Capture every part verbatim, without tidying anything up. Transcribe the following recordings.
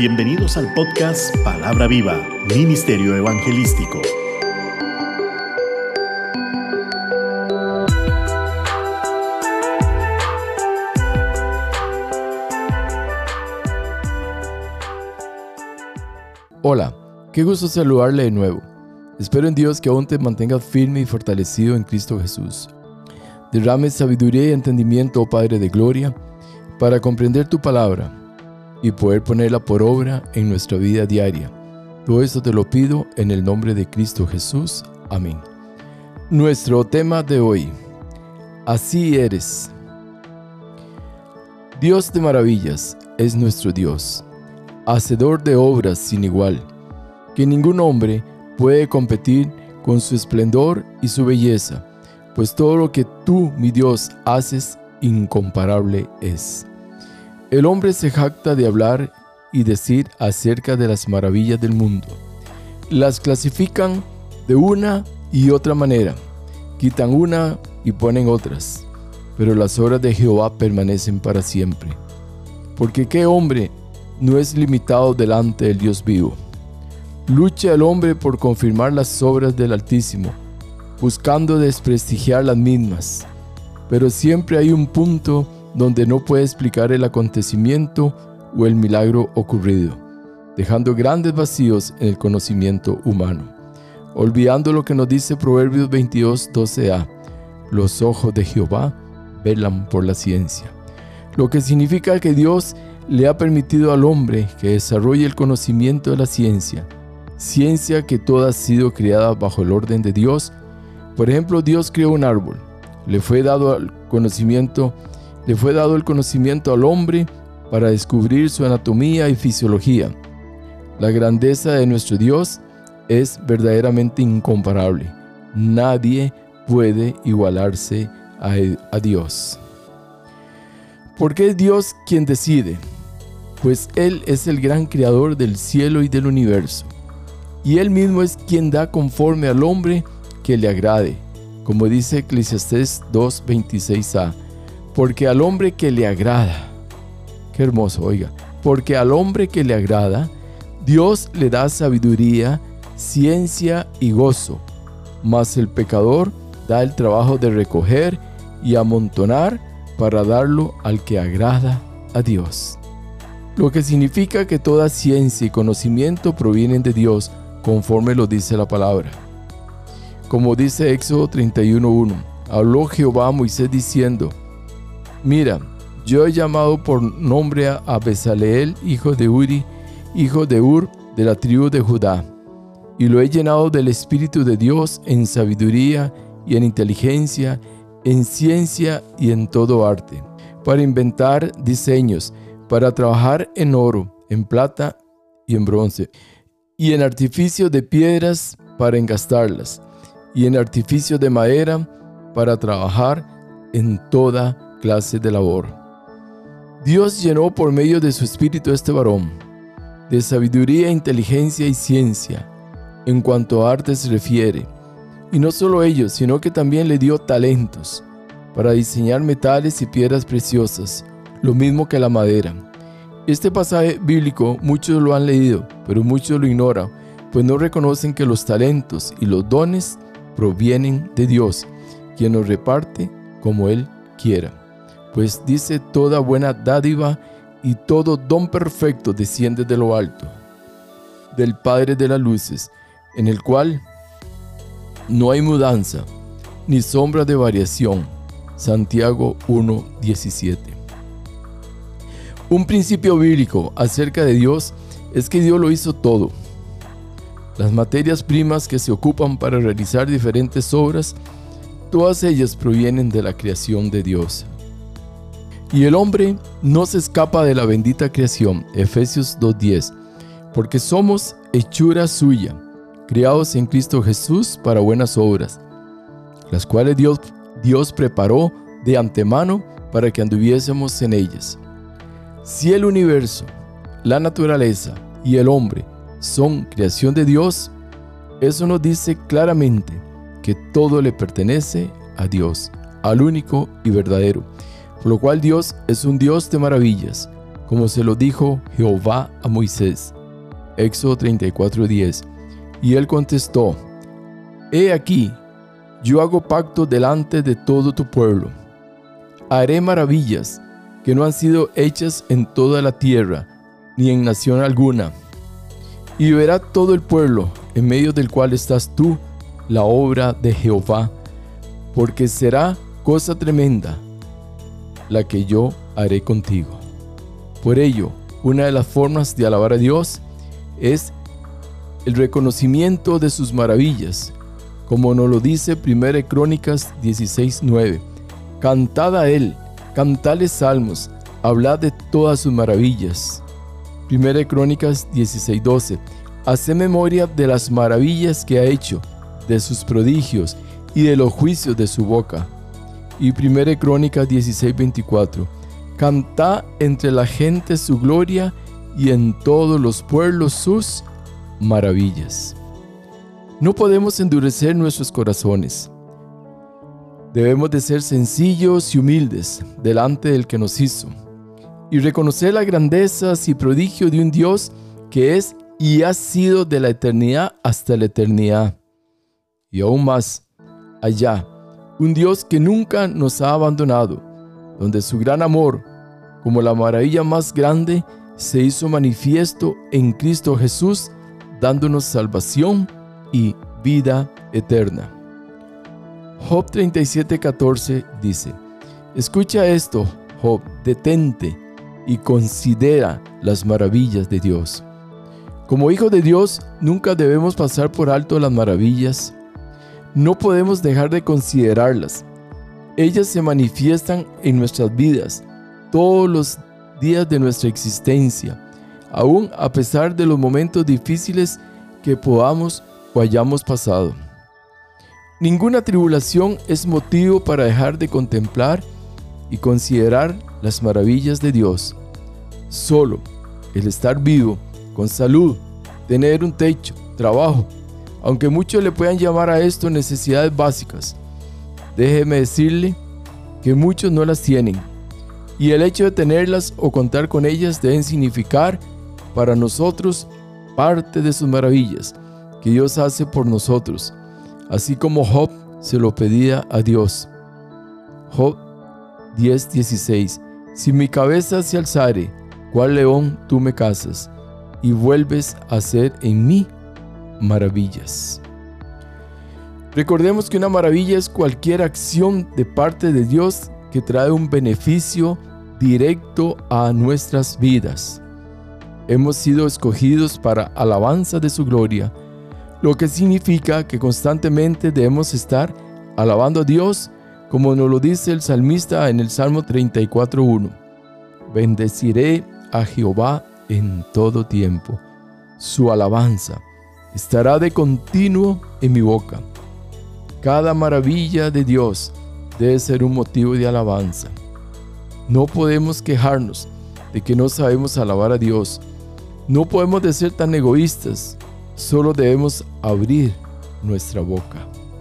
Bienvenidos al podcast Palabra Viva, Ministerio Evangelístico. Hola, qué gusto saludarle de nuevo. Espero en Dios que aún te mantengas firme y fortalecido en Cristo Jesús. Derrame sabiduría y entendimiento, oh Padre de Gloria, para comprender tu palabra y poder ponerla por obra en nuestra vida diaria. Todo esto te lo pido en el nombre de Cristo Jesús. Amén. Nuestro tema de hoy: así eres. Dios de maravillas es nuestro Dios, hacedor de obras sin igual, que ningún hombre puede competir con su esplendor y su belleza, pues todo lo que tú, mi Dios, haces, incomparable es. El hombre se jacta de hablar y decir acerca de las maravillas del mundo. Las clasifican de una y otra manera, quitan una y ponen otras, pero las obras de Jehová permanecen para siempre. Porque ¿qué hombre no es limitado delante del Dios vivo? Lucha el hombre por confirmar las obras del Altísimo, buscando desprestigiar las mismas, pero siempre hay un punto donde no puede explicar el acontecimiento o el milagro ocurrido, dejando grandes vacíos en el conocimiento humano, olvidando lo que nos dice Proverbios veintidós, doce a: los ojos de Jehová velan por la ciencia, lo que significa que Dios le ha permitido al hombre que desarrolle el conocimiento de la ciencia, ciencia que toda ha sido creada bajo el orden de Dios. Por ejemplo, Dios creó un árbol, le fue dado el conocimiento, le fue dado el conocimiento al hombre para descubrir su anatomía y fisiología. La grandeza de nuestro Dios es verdaderamente incomparable. Nadie puede igualarse a, a Dios. ¿Por qué es Dios quien decide? Pues Él es el gran creador del cielo y del universo, y Él mismo es quien da conforme al hombre que le agrade, como dice Eclesiastés dos, veintiséis a: porque al hombre que le agrada, qué hermoso, oiga, porque al hombre que le agrada, Dios le da sabiduría, ciencia y gozo, mas el pecador da el trabajo de recoger y amontonar para darlo al que agrada a Dios. Lo que significa que toda ciencia y conocimiento provienen de Dios, conforme lo dice la palabra. Como dice Éxodo treinta y uno, uno, habló Jehová a Moisés diciendo: mira, yo he llamado por nombre a Bezaleel, hijo de Uri, hijo de Ur, de la tribu de Judá, y lo he llenado del Espíritu de Dios en sabiduría y en inteligencia, en ciencia y en todo arte, para inventar diseños, para trabajar en oro, en plata y en bronce, y en artificio de piedras para engastarlas, y en artificio de madera para trabajar en toda clase de labor. Dios llenó por medio de su Espíritu a este varón de sabiduría, inteligencia y ciencia, en cuanto a arte se refiere. Y no solo ello, sino que también le dio talentos para diseñar metales y piedras preciosas, lo mismo que la madera. Este pasaje bíblico muchos lo han leído, pero muchos lo ignoran, pues no reconocen que los talentos y los dones provienen de Dios, quien los reparte como Él quiera. Pues dice: toda buena dádiva y todo don perfecto desciende de lo alto, del Padre de las luces, en el cual no hay mudanza, ni sombra de variación. Santiago uno, diecisiete. Un principio bíblico acerca de Dios es que Dios lo hizo todo. Las materias primas que se ocupan para realizar diferentes obras, todas ellas provienen de la creación de Dios. Y el hombre no se escapa de la bendita creación, Efesios dos, diez, porque somos hechura suya, creados en Cristo Jesús para buenas obras, las cuales Dios, Dios preparó de antemano para que anduviésemos en ellas. Si el universo, la naturaleza y el hombre son creación de Dios, eso nos dice claramente que todo le pertenece a Dios, al único y verdadero, por lo cual Dios es un Dios de maravillas, como se lo dijo Jehová a Moisés. Éxodo treinta y cuatro, diez. Y él contestó: He aquí, yo hago pacto delante de todo tu pueblo. Haré maravillas que no han sido hechas en toda la tierra, ni en nación alguna. Y verá todo el pueblo, en medio del cual estás tú, la obra de Jehová, porque será cosa tremenda la que yo haré contigo. Por ello, una de las formas de alabar a Dios es el reconocimiento de sus maravillas, como nos lo dice primera de Crónicas dieciséis, nueve. Cantad a Él, cantadle salmos, hablad de todas sus maravillas. primera de Crónicas dieciséis, doce. Haced memoria de las maravillas que ha hecho, de sus prodigios y de los juicios de su boca. Y primera de Crónicas dieciséis, veinticuatro. Cantad entre la gente su gloria y en todos los pueblos sus maravillas. No podemos endurecer nuestros corazones. Debemos de ser sencillos y humildes delante del que nos hizo y reconocer las grandezas y prodigios de un Dios que es y ha sido de la eternidad hasta la eternidad. Y aún más, allá, un Dios que nunca nos ha abandonado, donde su gran amor, como la maravilla más grande, se hizo manifiesto en Cristo Jesús, dándonos salvación y vida eterna. Job treinta y siete, catorce dice: Escucha esto, Job, detente y considera las maravillas de Dios. Como hijos de Dios, nunca debemos pasar por alto las maravillas. No podemos dejar de considerarlas. Ellas se manifiestan en nuestras vidas todos los días de nuestra existencia, aún a pesar de los momentos difíciles que podamos o hayamos pasado. Ninguna tribulación es motivo para dejar de contemplar y considerar las maravillas de Dios. Solo el estar vivo, con salud, tener un techo, trabajo, aunque muchos le puedan llamar a esto necesidades básicas, déjeme decirle que muchos no las tienen, y el hecho de tenerlas o contar con ellas deben significar para nosotros parte de sus maravillas que Dios hace por nosotros, así como Job se lo pedía a Dios. Job diez, dieciséis. Si mi cabeza se alzare, ¿cuál león tú me cazas? Y vuelves a hacer en mí maravillas. Recordemos que una maravilla es cualquier acción de parte de Dios que trae un beneficio directo a nuestras vidas. Hemos sido escogidos para alabanza de su gloria, lo que significa que constantemente debemos estar alabando a Dios, como nos lo dice el salmista en el Salmo treinta y cuatro, uno. Bendeciré a Jehová en todo tiempo. Su alabanza estará de continuo en mi boca. Cada maravilla de Dios debe ser un motivo de alabanza. No podemos quejarnos de que no sabemos alabar a Dios. No podemos de ser tan egoístas. Solo debemos abrir nuestra boca.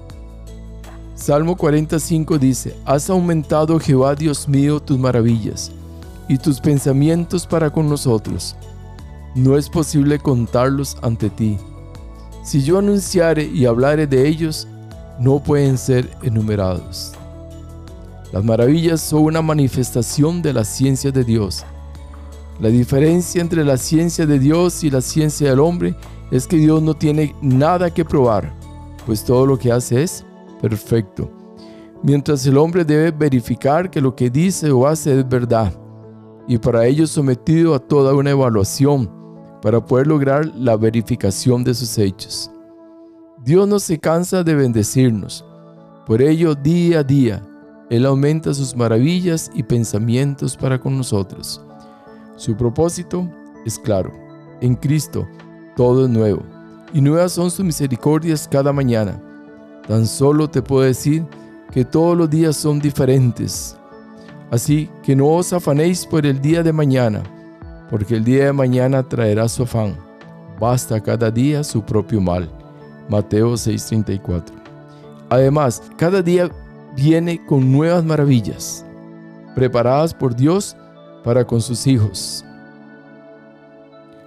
Salmo cuarenta y cinco dice: Has aumentado, Jehová Dios mío, tus maravillas y tus pensamientos para con nosotros. No es posible contarlos ante ti. Si yo anunciare y hablare de ellos, no pueden ser enumerados. Las maravillas son una manifestación de la ciencia de Dios. La diferencia entre la ciencia de Dios y la ciencia del hombre es que Dios no tiene nada que probar, pues todo lo que hace es perfecto, mientras el hombre debe verificar que lo que dice o hace es verdad, y para ello sometido a toda una evaluación para poder lograr la verificación de sus hechos. Dios no se cansa de bendecirnos, por ello día a día Él aumenta sus maravillas y pensamientos para con nosotros. Su propósito es claro: en Cristo todo es nuevo, y nuevas son sus misericordias cada mañana. Tan solo te puedo decir que todos los días son diferentes. Así que no os afanéis por el día de mañana, porque el día de mañana traerá su afán. Basta cada día su propio mal. Mateo seis, treinta y cuatro. Además, cada día viene con nuevas maravillas, preparadas por Dios para con sus hijos.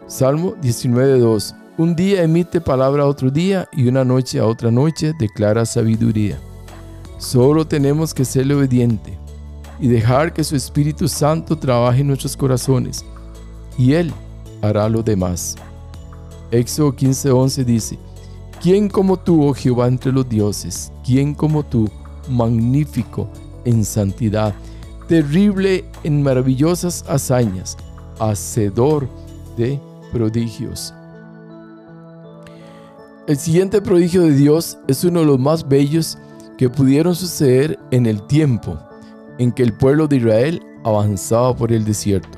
Salmo diecinueve dos. Un día emite palabra a otro día y una noche a otra noche declara sabiduría. Solo tenemos que serle obediente y dejar que su Espíritu Santo trabaje en nuestros corazones, y Él hará lo demás. Éxodo quince once dice: ¿Quién como tú, oh Jehová, entre los dioses? ¿Quién como tú, magnífico en santidad, terrible en maravillosas hazañas, hacedor de prodigios? El siguiente prodigio de Dios es uno de los más bellos que pudieron suceder en el tiempo en que el pueblo de Israel avanzaba por el desierto.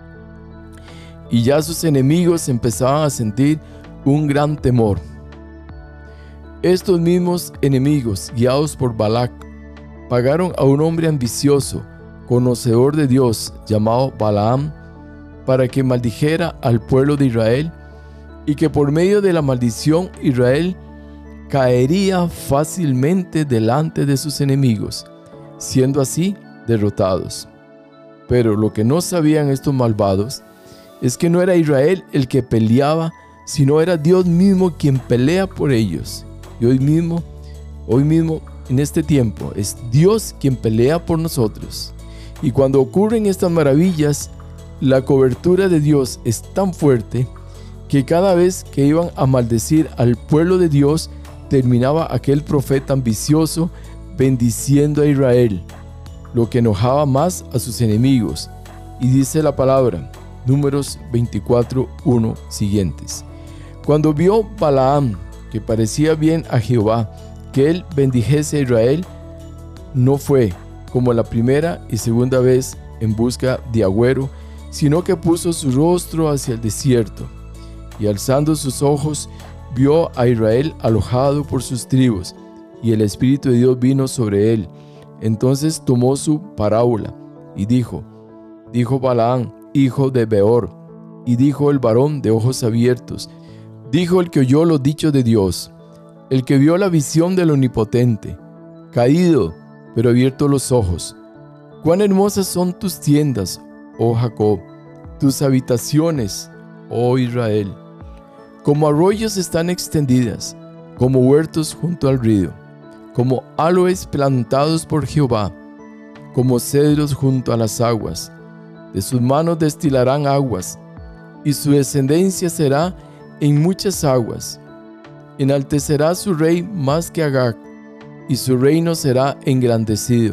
Y ya sus enemigos empezaban a sentir un gran temor. Estos mismos enemigos, guiados por Balac, pagaron a un hombre ambicioso, conocedor de Dios, llamado Balaam, para que maldijera al pueblo de Israel, y que por medio de la maldición Israel caería fácilmente delante de sus enemigos, siendo así derrotados. Pero lo que no sabían estos malvados es que no era Israel el que peleaba, sino era Dios mismo quien pelea por ellos. Y hoy mismo, hoy mismo, en este tiempo, es Dios quien pelea por nosotros. Y cuando ocurren estas maravillas, la cobertura de Dios es tan fuerte que cada vez que iban a maldecir al pueblo de Dios, terminaba aquel profeta ambicioso bendiciendo a Israel, lo que enojaba más a sus enemigos. Y dice la palabra, Números veinticuatro uno siguientes: Cuando vio Balaam que parecía bien a Jehová que él bendijese a Israel, no fue como la primera y segunda vez en busca de agüero, sino que puso su rostro hacia el desierto, y alzando sus ojos vio a Israel alojado por sus tribus, y el Espíritu de Dios vino sobre él. Entonces tomó su parábola y dijo: Dijo Balaam, hijo de Beor, y dijo el varón de ojos abiertos, dijo el que oyó los dichos de Dios, el que vio la visión del Omnipotente, caído, pero abierto los ojos. Cuán hermosas son tus tiendas, oh Jacob, tus habitaciones, oh Israel. Como arroyos están extendidas, como huertos junto al río, como aloes plantados por Jehová, como cedros junto a las aguas. De sus manos destilarán aguas, y su descendencia será en muchas aguas. Enaltecerá su rey más que Agag, y su reino será engrandecido.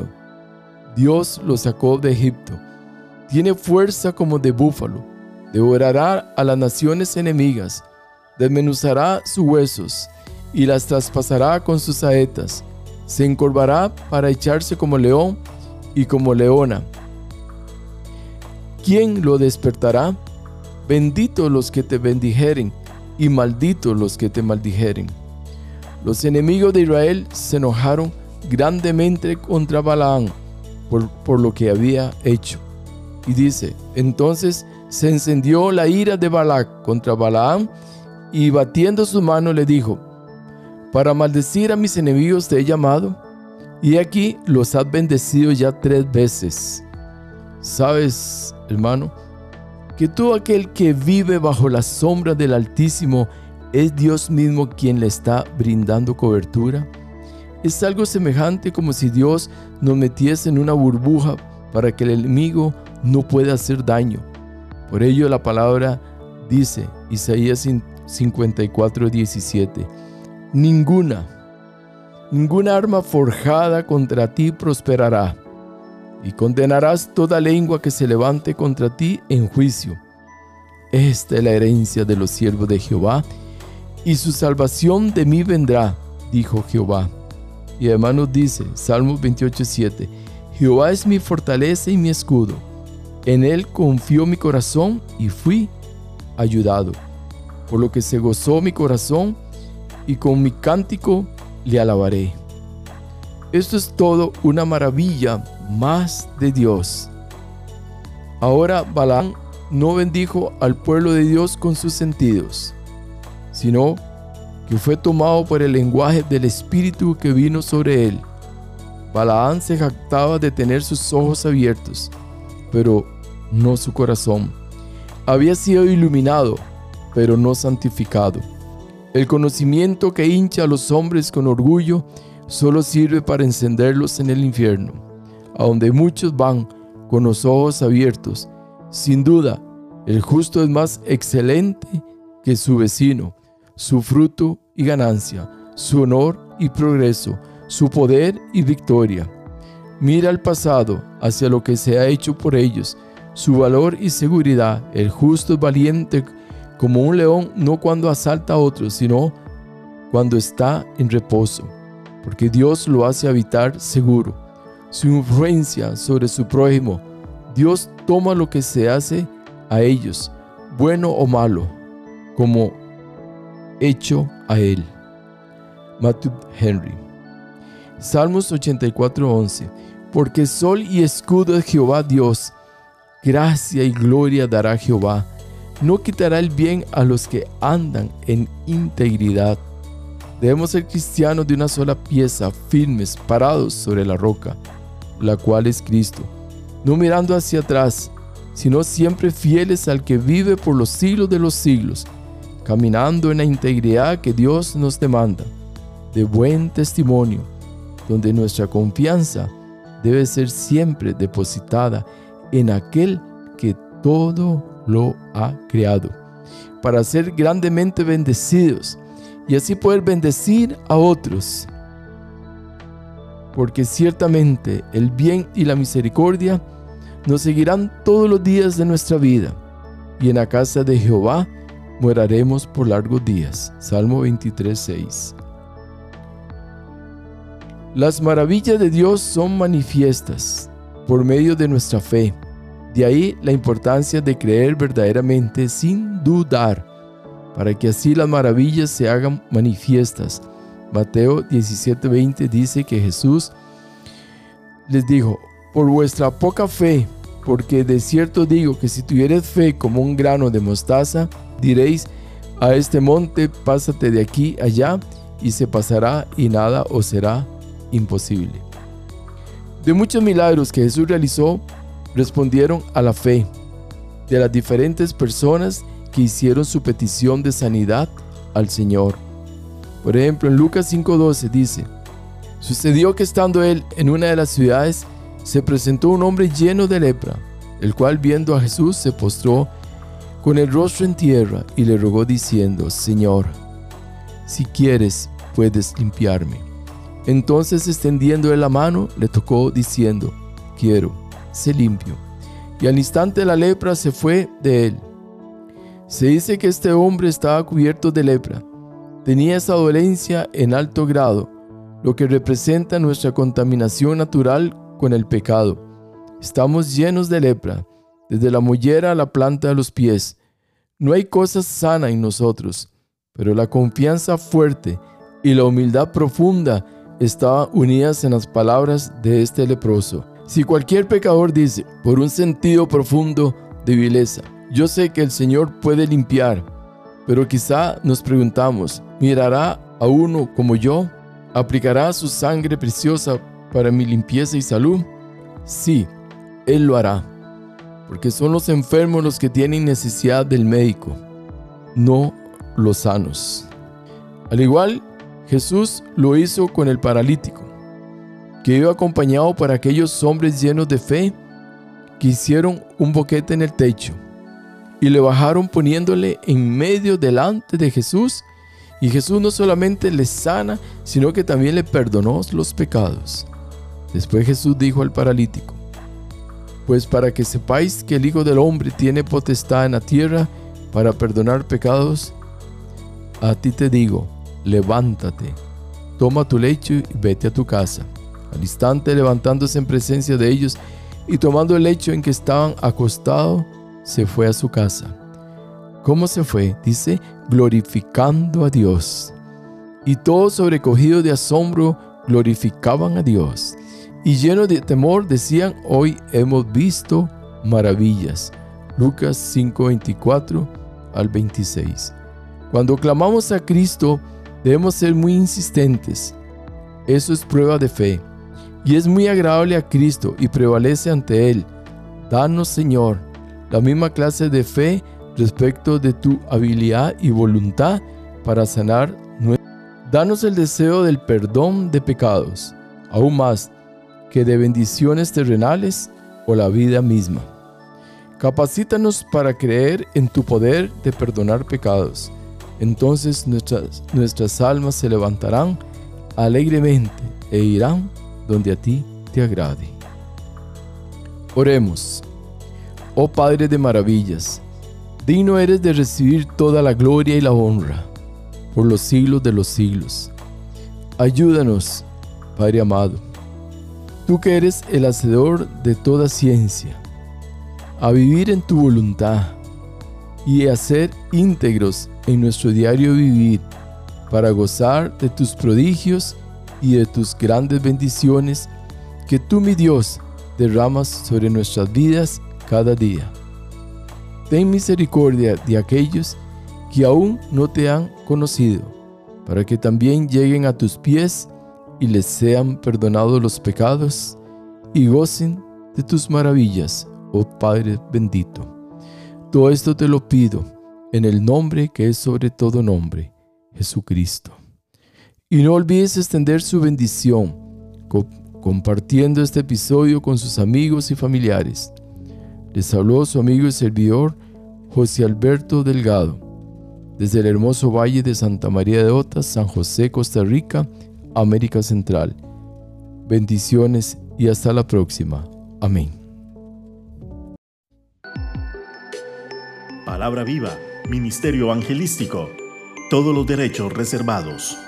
Dios lo sacó de Egipto. Tiene fuerza como de búfalo. Devorará a las naciones enemigas. Desmenuzará sus huesos y las traspasará con sus saetas. Se encorvará para echarse como león y como leona. ¿Quién lo despertará? Benditos los que te bendijeren y malditos los que te maldijeren. Los enemigos de Israel se enojaron grandemente contra Balaam por, por lo que había hecho. Y dice, entonces se encendió la ira de Balac contra Balaam, y batiendo su mano le dijo: para maldecir a mis enemigos te he llamado, y aquí los has bendecido ya tres veces. ¿Sabes, hermano, que todo aquel que vive bajo la sombra del Altísimo es Dios mismo quien le está brindando cobertura? Es algo semejante como si Dios nos metiese en una burbuja para que el enemigo no pueda hacer daño. Por ello la palabra dice, Isaías cincuenta y cuatro diecisiete, ninguna, ninguna arma forjada contra ti prosperará, y condenarás toda lengua que se levante contra ti en juicio. Esta es la herencia de los siervos de Jehová, y su salvación de mí vendrá, dijo Jehová. Y además nos dice, Salmos veintiocho siete, Jehová es mi fortaleza y mi escudo. En él confió mi corazón y fui ayudado. Por lo que se gozó mi corazón y con mi cántico le alabaré. Esto es todo una maravilla más de Dios. Ahora Balaam no bendijo al pueblo de Dios con sus sentidos, sino que fue tomado por el lenguaje del Espíritu que vino sobre él. Balaam se jactaba de tener sus ojos abiertos, pero no su corazón. Había sido iluminado, pero no santificado. El conocimiento que hincha a los hombres con orgullo solo sirve para encenderlos en el infierno, a donde muchos van con los ojos abiertos. Sin duda, el justo es más excelente que su vecino, su fruto y ganancia, su honor y progreso, su poder y victoria. Mira al pasado, hacia lo que se ha hecho por ellos, su valor y seguridad. El justo es valiente como un león, no cuando asalta a otros, sino cuando está en reposo, porque Dios lo hace habitar seguro. Su influencia sobre su prójimo, Dios toma lo que se hace a ellos, bueno o malo, como hecho a él. Matthew Henry. Salmos ochenta y cuatro, once. Porque sol y escudo es Jehová Dios, gracia y gloria dará Jehová. No quitará el bien a los que andan en integridad. Debemos ser cristianos de una sola pieza, firmes, parados sobre la roca, la cual es Cristo, no mirando hacia atrás, sino siempre fieles al que vive por los siglos de los siglos, caminando en la integridad que Dios nos demanda, de buen testimonio, donde nuestra confianza debe ser siempre depositada en aquel que todo lo ha creado, para ser grandemente bendecidos y así poder bendecir a otros. Porque ciertamente el bien y la misericordia nos seguirán todos los días de nuestra vida, y en la casa de Jehová moraremos por largos días. Salmo veintitrés, seis. Las maravillas de Dios son manifiestas por medio de nuestra fe. De ahí la importancia de creer verdaderamente sin dudar, para que así las maravillas se hagan manifiestas. Mateo diecisiete, veinte dice que Jesús les dijo: por vuestra poca fe, porque de cierto digo que si tuviereis fe como un grano de mostaza, diréis a este monte, pásate de aquí allá, y se pasará, y nada os será imposible. De muchos milagros que Jesús realizó, respondieron a la fe de las diferentes personas que hicieron su petición de sanidad al Señor. Por ejemplo, en Lucas cinco, doce dice: sucedió que estando él en una de las ciudades, se presentó un hombre lleno de lepra, el cual viendo a Jesús se postró con el rostro en tierra y le rogó diciendo: Señor, si quieres, puedes limpiarme. Entonces, extendiendo él la mano, le tocó diciendo: quiero, sé limpio. Y al instante la lepra se fue de él. Se dice que este hombre estaba cubierto de lepra. Tenía esa dolencia en alto grado, lo que representa nuestra contaminación natural con el pecado. Estamos llenos de lepra, desde la mollera a la planta de los pies. No hay cosa sana en nosotros, pero la confianza fuerte y la humildad profunda estaban unidas en las palabras de este leproso. Si cualquier pecador dice, por un sentido profundo de vileza, yo sé que el Señor puede limpiar, pero quizá nos preguntamos, ¿mirará a uno como yo? ¿Aplicará su sangre preciosa para mi limpieza y salud? Sí, Él lo hará, porque son los enfermos los que tienen necesidad del médico, no los sanos. Al igual, Jesús lo hizo con el paralítico, que iba acompañado por aquellos hombres llenos de fe que hicieron un boquete en el techo y le bajaron poniéndole en medio delante de Jesús, y Jesús no solamente le sana, sino que también le perdonó los pecados. Después Jesús dijo al paralítico: pues para que sepáis que el Hijo del Hombre tiene potestad en la tierra para perdonar pecados, a ti te digo, levántate, toma tu lecho y vete a tu casa. Al instante, levantándose en presencia de ellos y tomando el lecho en que estaban acostados, se fue a su casa. ¿Cómo se fue? Dice, glorificando a Dios. Y todos, sobrecogidos de asombro, glorificaban a Dios. Y llenos de temor decían: hoy hemos visto maravillas. Lucas cinco, veinticuatro al veintiséis. Cuando clamamos a Cristo, debemos ser muy insistentes. Eso es prueba de fe. Y es muy agradable a Cristo y prevalece ante Él. Danos, Señor, la misma clase de fe respecto de tu habilidad y voluntad para sanar nuestro. Danos el deseo del perdón de pecados, aún más que de bendiciones terrenales o la vida misma. Capacítanos para creer en tu poder de perdonar pecados. Entonces nuestras, nuestras almas se levantarán alegremente e irán donde a ti te agrade. Oremos. Oh Padre de maravillas, digno eres de recibir toda la gloria y la honra por los siglos de los siglos. Ayúdanos, Padre amado, tú que eres el hacedor de toda ciencia, a vivir en tu voluntad y a ser íntegros en nuestro diario vivir para gozar de tus prodigios y de tus grandes bendiciones que tú, mi Dios, derramas sobre nuestras vidas cada día. Ten misericordia de aquellos que aún no te han conocido, para que también lleguen a tus pies y les sean perdonados los pecados y gocen de tus maravillas, oh Padre bendito. Todo esto te lo pido en el nombre que es sobre todo nombre, Jesucristo. Y no olvides extender su bendición, co- compartiendo este episodio con sus amigos y familiares. Les habló su amigo y servidor José Alberto Delgado, desde el hermoso Valle de Santa María de Ota, San José, Costa Rica, América Central. Bendiciones y hasta la próxima. Amén. Palabra Viva, Ministerio Evangelístico. Todos los derechos reservados.